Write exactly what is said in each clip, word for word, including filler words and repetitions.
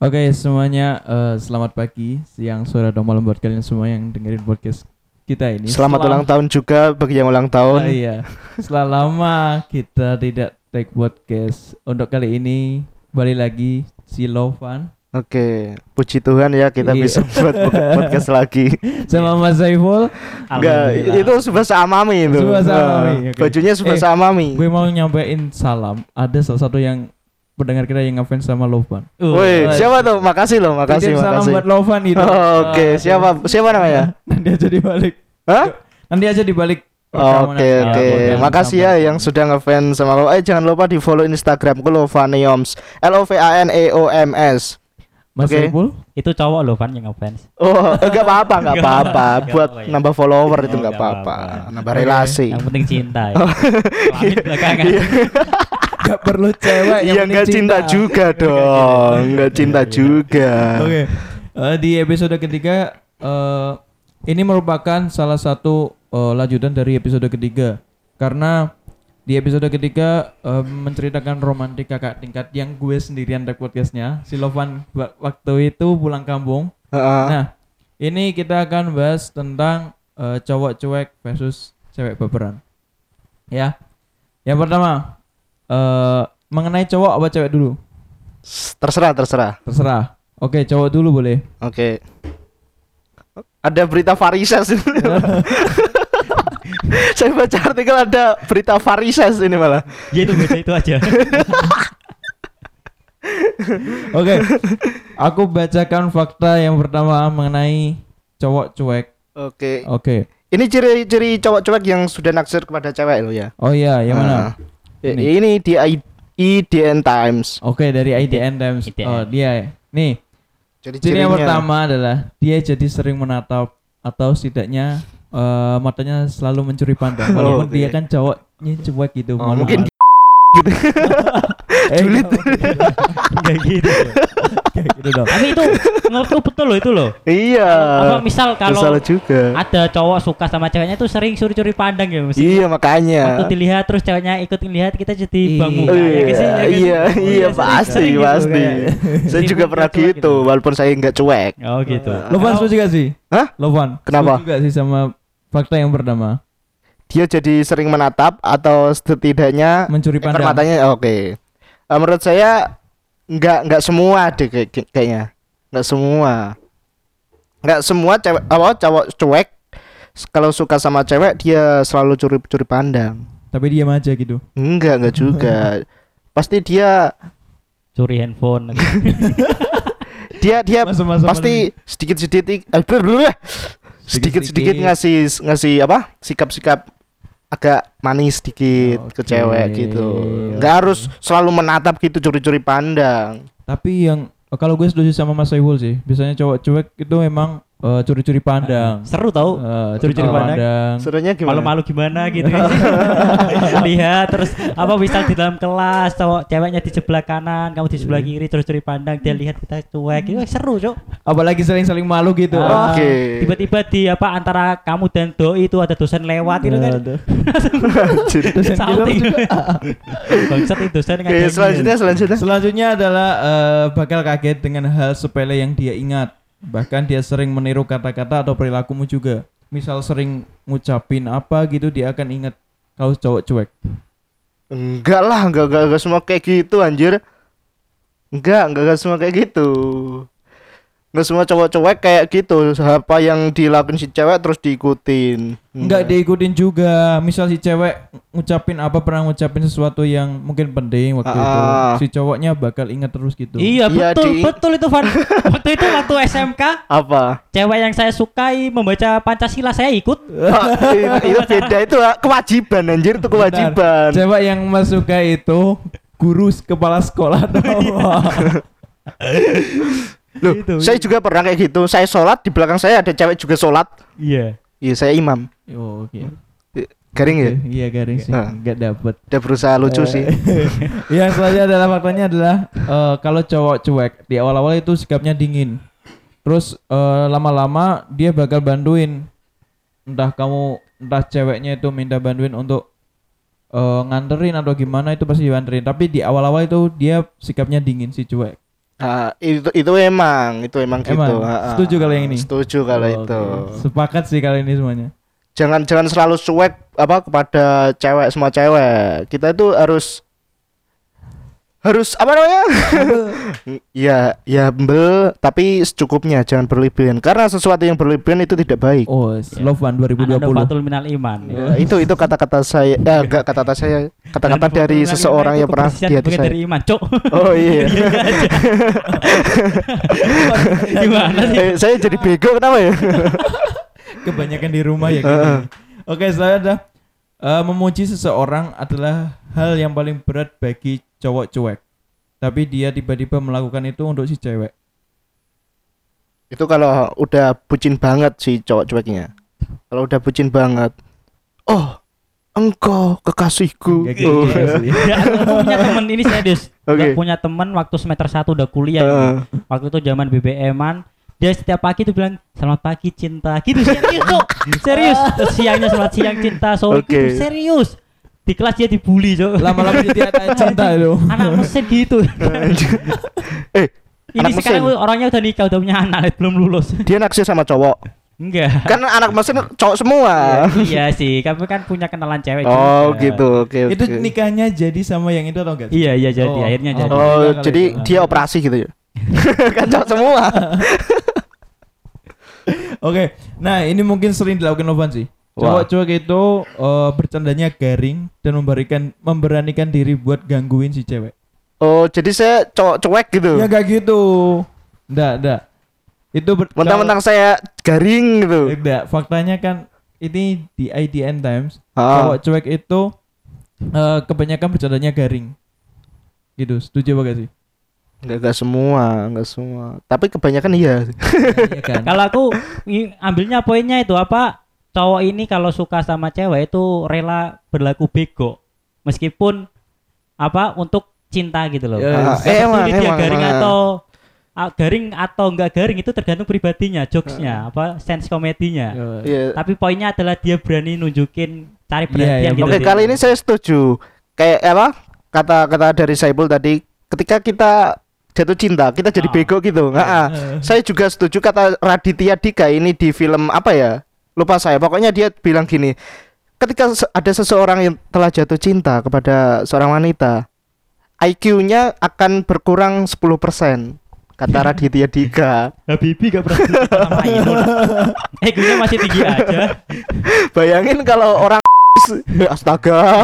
Oke semuanya, eh, selamat pagi, siang, sore, atau malam buat kalian semua yang dengerin podcast kita ini. Selamat Setelah- ulang tahun juga bagi yang ulang Ah, tahun. iya. Setelah lama kita tidak take podcast, untuk kali ini balik lagi si Lovan Oke, puji Tuhan ya kita Iya. bisa buat podcast lagi. sama Mas Saiful. Enggak, itu Subasa Amami itu. Subasa Nah, Amami, oke. Bajunya Subasa Eh, Amami. Gue mau nyampein salam. Ada salah satu yang pendengar kita yang ngefans sama Lovan. Woi, siapa tuh? Makasih loh, makasih, Titip salam makasih. buat Lovan itu. Oh, Oke, Ah, siapa siapa namanya? Nanti aja dibalik. Hah? Nanti aja dibalik. Oke, oke. Makasih ya yang sudah ngefans sama lo. Eh jangan lupa di follow Instagramku Lovaneoms. L O V A N E O M S. Mas Oke. Saiful. Itu cowok loh Van yang ngefans. Oh, enggak apa-apa, enggak Nggak apa-apa. apa-apa, Buat nggak apa-apa ya. nambah follower itu Oh, enggak nggak apa-apa. apa-apa. Nambah Oke. relasi. Yang penting cinta ya. Oh. Kelamin belakangan. Iya. Gak perlu cewek yang Iya penting enggak cinta juga dong, enggak cinta juga. Oke. Eh, di episode ketiga eh, ini merupakan salah satu eh, lanjutan dari episode ketiga. Karena di episode ketiga eh, menceritakan romantik kakak tingkat yang gue sendirian take podcastnya. Si Lovan wa- waktu itu pulang kampung. Heeh. Nah, ini kita akan bahas tentang eh, cowok cuek versus cewek baperan. Ya. Yang pertama, eh mengenai cowok apa cewek dulu? S- Terserah, terserah. Terserah. Oke, cowok dulu boleh. Oke. Ada berita varises ini. Saya baca artikel ada berita varises ini malah. Ya itu baca itu aja. Oke. Aku bacakan fakta yang pertama mengenai cowok cuek. Oke. Oke. Ini ciri-ciri cowok cuek yang sudah naksir kepada cewek lo ya. Oh iya, yang mana? Nah, i- Ini. Ini di I- I D N Times. Oke, dari I D N Times. I D N. Oh, dia. Nih, Jadi ciri yang cirinya- pertama adalah dia jadi sering menatap atau setidaknya eh, matanya selalu mencuri pandang. Walaupun oke. dia kan cowoknya cuek gitu. Oh, malu-malu. mungkin gitu. Eh, julid. Enggak gitu. kayak gitu dong. Tapi itu menurutku betul loh itu loh. Iya. Apa misal kalau Salah juga. ada cowok suka sama ceweknya itu sering curi-curi pandang ya mesti. Iya makanya. Waktu dilihat terus ceweknya ikut ngelihat kita jadi Iya. bang Oh, muka ya iya, nggak sih? Ya nggak sih? iya, Oh, iya, sering- pasti, sering gitu pasti. kayak. Saya Jadi juga muka pernah cuek gitu, walaupun saya nggak cuek. Oh gitu. Lovan setuju gak sih? Hah? Lovan. Kenapa? Setuju gak sih sama fakta yang pertama? Dia jadi sering menatap atau setidaknya Mencuri ekor pandang. matanya. Oke. Eh, menurut saya nggak nggak semua deh kayak kayak- kayaknya. Nggak semua. Nggak semua cewek apa cowok cuek kalau suka sama cewek dia selalu curi-curi pandang. Tapi diam aja gitu. Enggak, enggak juga. Pasti dia Curi handphone. dia dia Masuk-masuk pasti sedikit-sedikit eh, blablabla. sedikit-sedikit ngasih ngasih apa? Sikap-sikap agak manis sedikit ke Oke, cewek gitu. Nggak oke. harus selalu menatap gitu curi-curi pandang. Tapi yang oh, kalau gue setuju sama Mas Saiful sih. Biasanya cowok cuek itu memang eh, curi-curi pandang. Seru tau. Eh, Curi-curi pandang. Serunya gimana? Malu-malu gimana gitu kan. Lihat terus apa misal di dalam kelas cowok ceweknya di sebelah kanan, kamu di sebelah kiri terus curi pandang, dia lihat kita cuek. Itu seru, Cok. Apalagi sering saling malu gitu. Ah, Oke. Tiba-tiba di apa antara kamu dan doi itu ada dosen lewat itu kan. Aduh. Anjir. Dosen killer Salting. juga. Bangsat itu dosen Oke, ngajarin. selanjutnya selanjutnya. Selanjutnya adalah eh, bakal kaget dengan hal sepele yang dia ingat. Bahkan dia sering meniru kata-kata atau perilakumu juga. Misal sering ngucapin apa gitu, dia akan ingat kau cowok cuek. Enggak lah, enggak, enggak, enggak semua kayak gitu anjir. Enggak, enggak, enggak semua kayak gitu. Enggak semua cowok cuek kayak gitu. Apa yang dilakuin si cewek terus diikutin. Enggak diikutin juga. Misal si cewek ngucapin apa, pernah ngucapin sesuatu yang mungkin penting waktu Ah. itu, si cowoknya bakal ingat terus gitu. Iya Iya, betul, di- betul itu Van. Waktu itu waktu S M K, Apa? cewek yang saya sukai membaca Pancasila saya ikut. Ah, itu, itu beda itu ah, kewajiban anjir itu kewajiban. Cewek yang Mas suka itu guru s- kepala sekolah dong. Loh, Gitu. saya juga pernah kayak gitu. Saya sholat di belakang saya ada cewek juga sholat. Iya. Iya, saya imam. Oh, oke. Garing ya? Iya garing sih, Nah. nggak dapet. Udah berusaha lucu Eh, sih. Yang selanjutnya adalah faktanya adalah eh, kalau cowok cuek di awal-awal itu sikapnya dingin. Terus eh, lama-lama dia bakal bantuin. Entah kamu, entah ceweknya itu minta bantuin untuk eh, nganterin atau gimana itu pasti dianterin. Tapi di awal-awal itu dia sikapnya dingin si cuek. Ah, itu itu emang, itu emang gitu. Emang? Ah, ah. Setuju kalau yang ini? Setuju kalau Oh, itu. oke. Sepakat sih kalau ini semuanya. Jangan jangan selalu cuek apa kepada cewek, semua cewek. Kita itu harus harus apa namanya? ya, ya humble tapi secukupnya, jangan berlebihan. Karena sesuatu yang berlebihan itu tidak baik. Oh, Slovan dua ribu dua puluh. Fatul minal iman. Ya, itu itu kata-kata saya, eh, enggak kata-kata saya, kata-kata Dan dari fatul minal seseorang iman yang itu pernah kebersihan di hati bukan saya. dari iman, Cok. Oh iya. Gimana sih? Eh, saya jadi bego kenapa ya? Kebanyakan di rumah ya gitu. Oke, selanjutnya ada eh, memuji seseorang adalah hal yang paling berat bagi cowok cuek. Tapi dia tiba-tiba melakukan itu untuk si cewek. Itu kalau udah bucin banget si cowok cueknya. Kalau udah bucin banget. Oh, engkau kekasihku. Kayak gitu Oh. sih. Ya, aku punya temen ini serius. Oke. Gak punya temen waktu semester satu udah kuliah. Heeh. ini. Waktu itu zaman B B M-an, dia setiap pagi tuh bilang selamat pagi cinta. Gitu serius tuh. Serius. Terus siangnya selamat siang cinta. Sore Oke. gitu serius. Di kelas dia dibully, Cok. Lama-lama jadi ada cinta itu. Anak mesin gitu. eh, Ini anak sekarang mesin. orangnya udah nikah, udah punya anak, belum lulus. Dia naksir sama cowok. Enggak. Kan anak mesin cowok semua. Iya sih, kamu kan punya kenalan cewek Oh, juga. gitu. Oke, oke. Itu nikahnya jadi sama yang itu atau enggak? Iya, iya jadi Oh. akhirnya jadi. Oh, Nikah kali jadi itu. dia operasi gitu ya. Kan cowok semua. Oke, nah ini mungkin sering dilakukan Novan sih. Wah. Cowok cuek itu eh, bercandanya garing dan memberikan memberanikan diri buat gangguin si cewek. Oh, jadi saya cowok cuek gitu. Ya gak gitu. Nggak, nggak. Itu ber- Mentang-mentang saya garing gitu. kalau- Nggak, faktanya kan ini di I D N Times. Ah. Cowok cuek itu eh, kebanyakan bercandanya garing. Gitu, setuju apa gak sih? Enggak enggak semua, enggak semua. Tapi kebanyakan iya. Iya kan? Kalau aku i- ambilnya poinnya itu apa? Cowok ini kalau suka sama cewek itu rela berlaku bego meskipun apa untuk cinta gitu loh. Ya, Ah, eh, emang, Jadi dia emang, garing emang. atau ah, garing atau enggak garing itu tergantung pribadinya, jokesnya, apa sense komedinya. Iya. Tapi poinnya adalah dia berani nunjukin cari Iya, perhatian iya, gitu. Oke, sih. kali ini saya setuju. Kayak apa? Kata-kata dari Saibul tadi, ketika kita jatuh cinta, kita jadi Oh. bego gitu. Nggak, ah. Saya juga setuju kata Raditya Dika ini di film apa ya? Lupa saya. Pokoknya dia bilang gini, ketika se- ada seseorang yang telah jatuh cinta kepada seorang wanita, I Q-nya akan berkurang sepuluh persen. Kata Raditya Dika. Habibie gak pernah suka sama Ainun. Eh gue masih tinggi aja. Bayangin kalau orang astaga.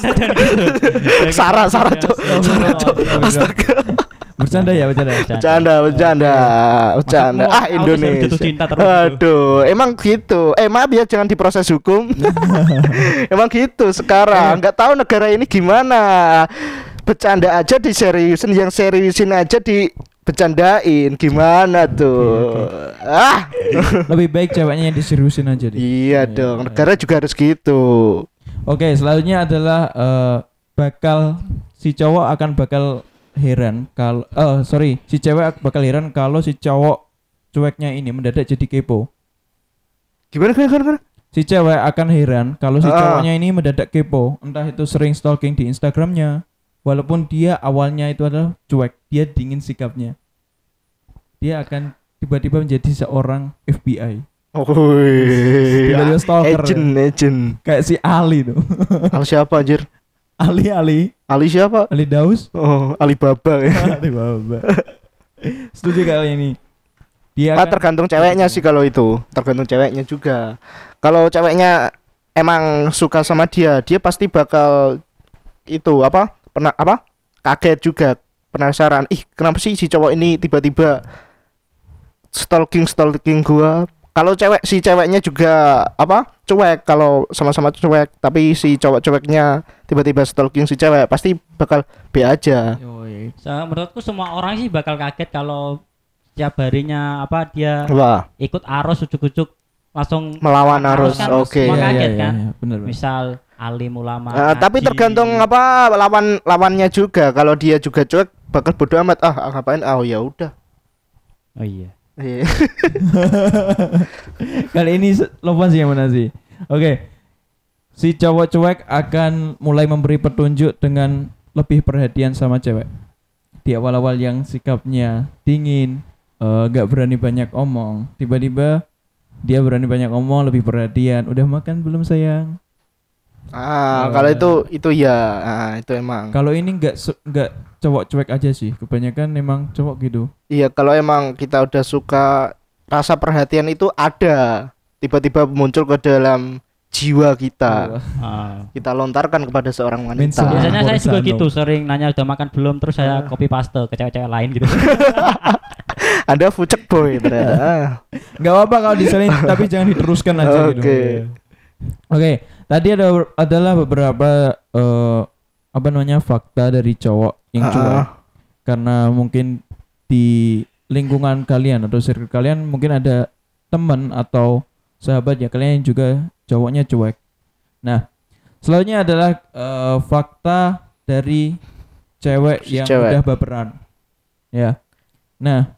Sarah, Sarah, Cok. Sarah, Cok. Astaga. Bercanda ya, bercanda. Bercanda, bercanda, bercanda. Maksudmu Ah, autis harus Indonesia. jatuh cinta terus gitu? Aduh, emang gitu. Eh, maaf ya, jangan diproses hukum. Emang gitu sekarang. Nggak tahu negara ini gimana. Bercanda aja diseriusin, yang seriusin aja di bercandain. Gimana tuh? Ah, Lebih baik ceweknya yang diseriusin aja deh. iya dong. Negara juga harus gitu. Oke, selanjutnya adalah eh, bakal si cowok akan bakal heran kalau oh sorry si cewek bakal heran kalau si cowok cueknya ini mendadak jadi kepo. Gimana, gimana, gimana? Si cewek akan heran kalau si Ah. cowoknya ini mendadak kepo, entah itu sering stalking di Instagramnya, walaupun dia awalnya itu adalah cuek, dia dingin sikapnya. Dia akan tiba-tiba menjadi seorang F B I. Wih, Tiba-tiba stalker. agent, agent. Kayak si Ali tuh. Ali siapa anjir? Ali Ali Ali siapa? Ali Daus. Oh, Alibaba ya. Ali Baba. Setuju kali ini. Dia Ah, akan tergantung ceweknya sih kalau itu. Tergantung ceweknya juga. Kalau ceweknya emang suka sama dia, dia pasti bakal itu apa? Pernah apa? Kaget juga, penasaran. Ih, kenapa sih si cowok ini tiba-tiba stalking stalking gua? Kalau cewek si ceweknya juga apa? Cuek, kalau sama-sama cuek, tapi si cowok cueknya tiba-tiba stalking si cewek, pasti bakal B aja. Yoi. So, menurutku semua orang sih bakal kaget kalau setiap harinya apa dia Wah, ikut arus ujuk-ujuk langsung melawan arus. kan Oke. semua Iya, kaget iya, kan. iya, bener, bener. Misal alim ulama. Eh, tapi ngaji. tergantung apa lawan lawannya juga. Kalau dia juga cuek, bakal bodo amat. Ah, ngapain? Ah, oh, ya udah. Oh iya. Iya. Kali ini se- Lovan sih yang mana sih? Oke. Si cowok cuek akan mulai memberi petunjuk dengan lebih perhatian sama cewek. di awal-awal yang sikapnya dingin, eh, nggak berani banyak omong, tiba-tiba dia berani banyak omong, lebih perhatian. Udah makan belum sayang? Ah, Oh. kalau itu itu ya, ah, itu emang. Kalau ini nggak se- nggak cowok cuek aja sih, kebanyakan memang cowok gitu. Iya, kalau emang kita udah suka, rasa perhatian itu ada, tiba-tiba muncul ke dalam jiwa kita. Wah. Ah. Kita lontarkan kepada seorang wanita. Mensa. Biasanya saya juga Borsano. gitu, sering nanya udah makan belum, terus saya Ah. copy paste ke cewek-cewek lain gitu. Anda fucek boy ternyata. Ah. Nggak apa-apa kalau diselin, tapi jangan diteruskan aja gitu. Oke. Oke, tadi ada adalah beberapa eh, apa namanya fakta dari cowok yang Ah. cuek. Karena mungkin di lingkungan kalian atau circle kalian mungkin ada teman atau sahabat ya kalian yang juga cowoknya cuek. Nah, selanjutnya adalah eh, fakta dari cewek Si yang cewek. udah baperan. Ya. Nah,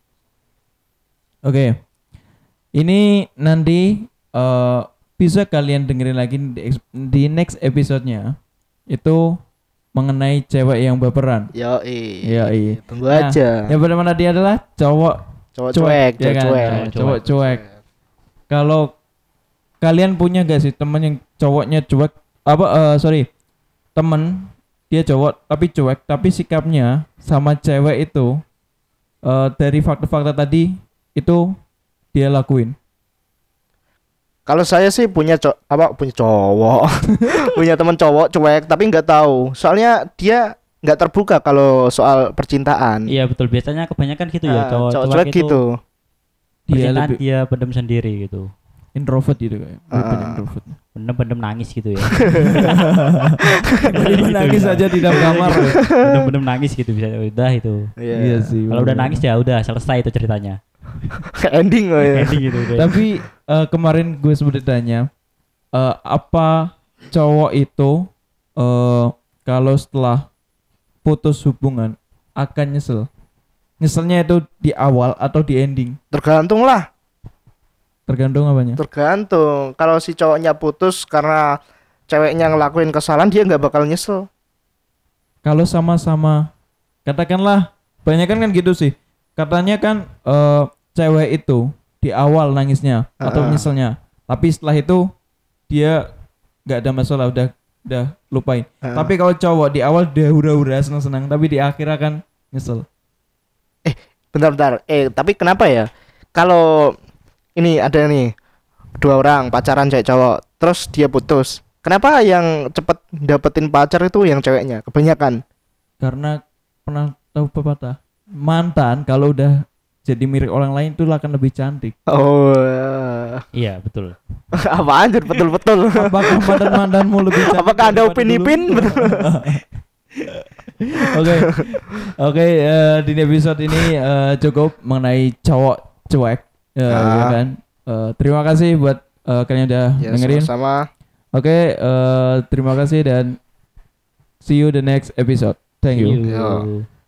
oke. Ini nanti eh, bisa kalian dengerin lagi di, ex- di next episode-nya. Itu mengenai cewek yang baperan. Yo, Iya, iya. Tunggu Nah, aja. Yang pertama tadi adalah cowok Cowok cuek, cuek, ya cowok kan? cuek. Nah, cowok cuek. Kalau kalian punya gak sih temen yang cowoknya cuek? Apa? eh, sorry, temen dia cowok tapi cuek, tapi sikapnya sama cewek itu eh, dari fakta-fakta tadi itu dia lakuin. Kalau saya sih punya co apa punya cowok, punya teman cowok cuek, tapi nggak tahu. Soalnya dia nggak terbuka kalau soal percintaan. Iya betul, biasanya kebanyakan gitu ya, Ah, cowok cowok cuek cuek itu gitu. Dia percintaan lebih dia pendem sendiri gitu. introvert gitu kayak. Lebih banyak Ah. introvert. Pendem-pendem nangis gitu ya. Jadi nangis aja di dalam kamar. Pendem-pendem nangis gitu bisa udah itu. Iya sih. Kalau udah bener. nangis ya udah selesai itu ceritanya. Ending oh ya. Ending gitu udah. Tapi eh, kemarin gue sempat ditanya eh, apa cowok itu eh, kalau setelah putus hubungan akan nyesel. Nyeselnya itu di awal atau di ending? Tergantung lah, Tergantung apanya. tergantung. Kalau si cowoknya putus karena ceweknya ngelakuin kesalahan, dia nggak bakal nyesel. Kalau sama-sama katakanlah banyak kan kan gitu sih. Katanya kan eh, cewek itu di awal nangisnya atau Ah. nyeselnya, tapi setelah itu dia nggak ada masalah, udah udah lupain. Ah. Tapi kalau cowok di awal dia hura-hura senang-senang, tapi di akhir akan nyesel. Bentar-bentar. Eh, tapi kenapa ya? Kalau ini ada nih dua orang pacaran cewek cowok, terus dia putus. Kenapa yang cepet dapetin pacar itu yang ceweknya? Kebanyakan. Karena pernah tahu pepatah, mantan kalau udah jadi milik orang lain itu akan lebih cantik. Oh, Iya betul. apaan tuh betul-betul? Apakah mantan-mantanmu lebih cantik? Apakah Anda daripada Upin dulu? Ipin? Oke, oke. eh, Di episode ini eh, cukup mengenai cowok cuek, ya, Ah. ya kan. Eh, terima kasih buat eh, kalian udah Ya, dengerin. sama-sama. Oke, eh, terima kasih dan see you the next episode. Thank you. Iya. Yo.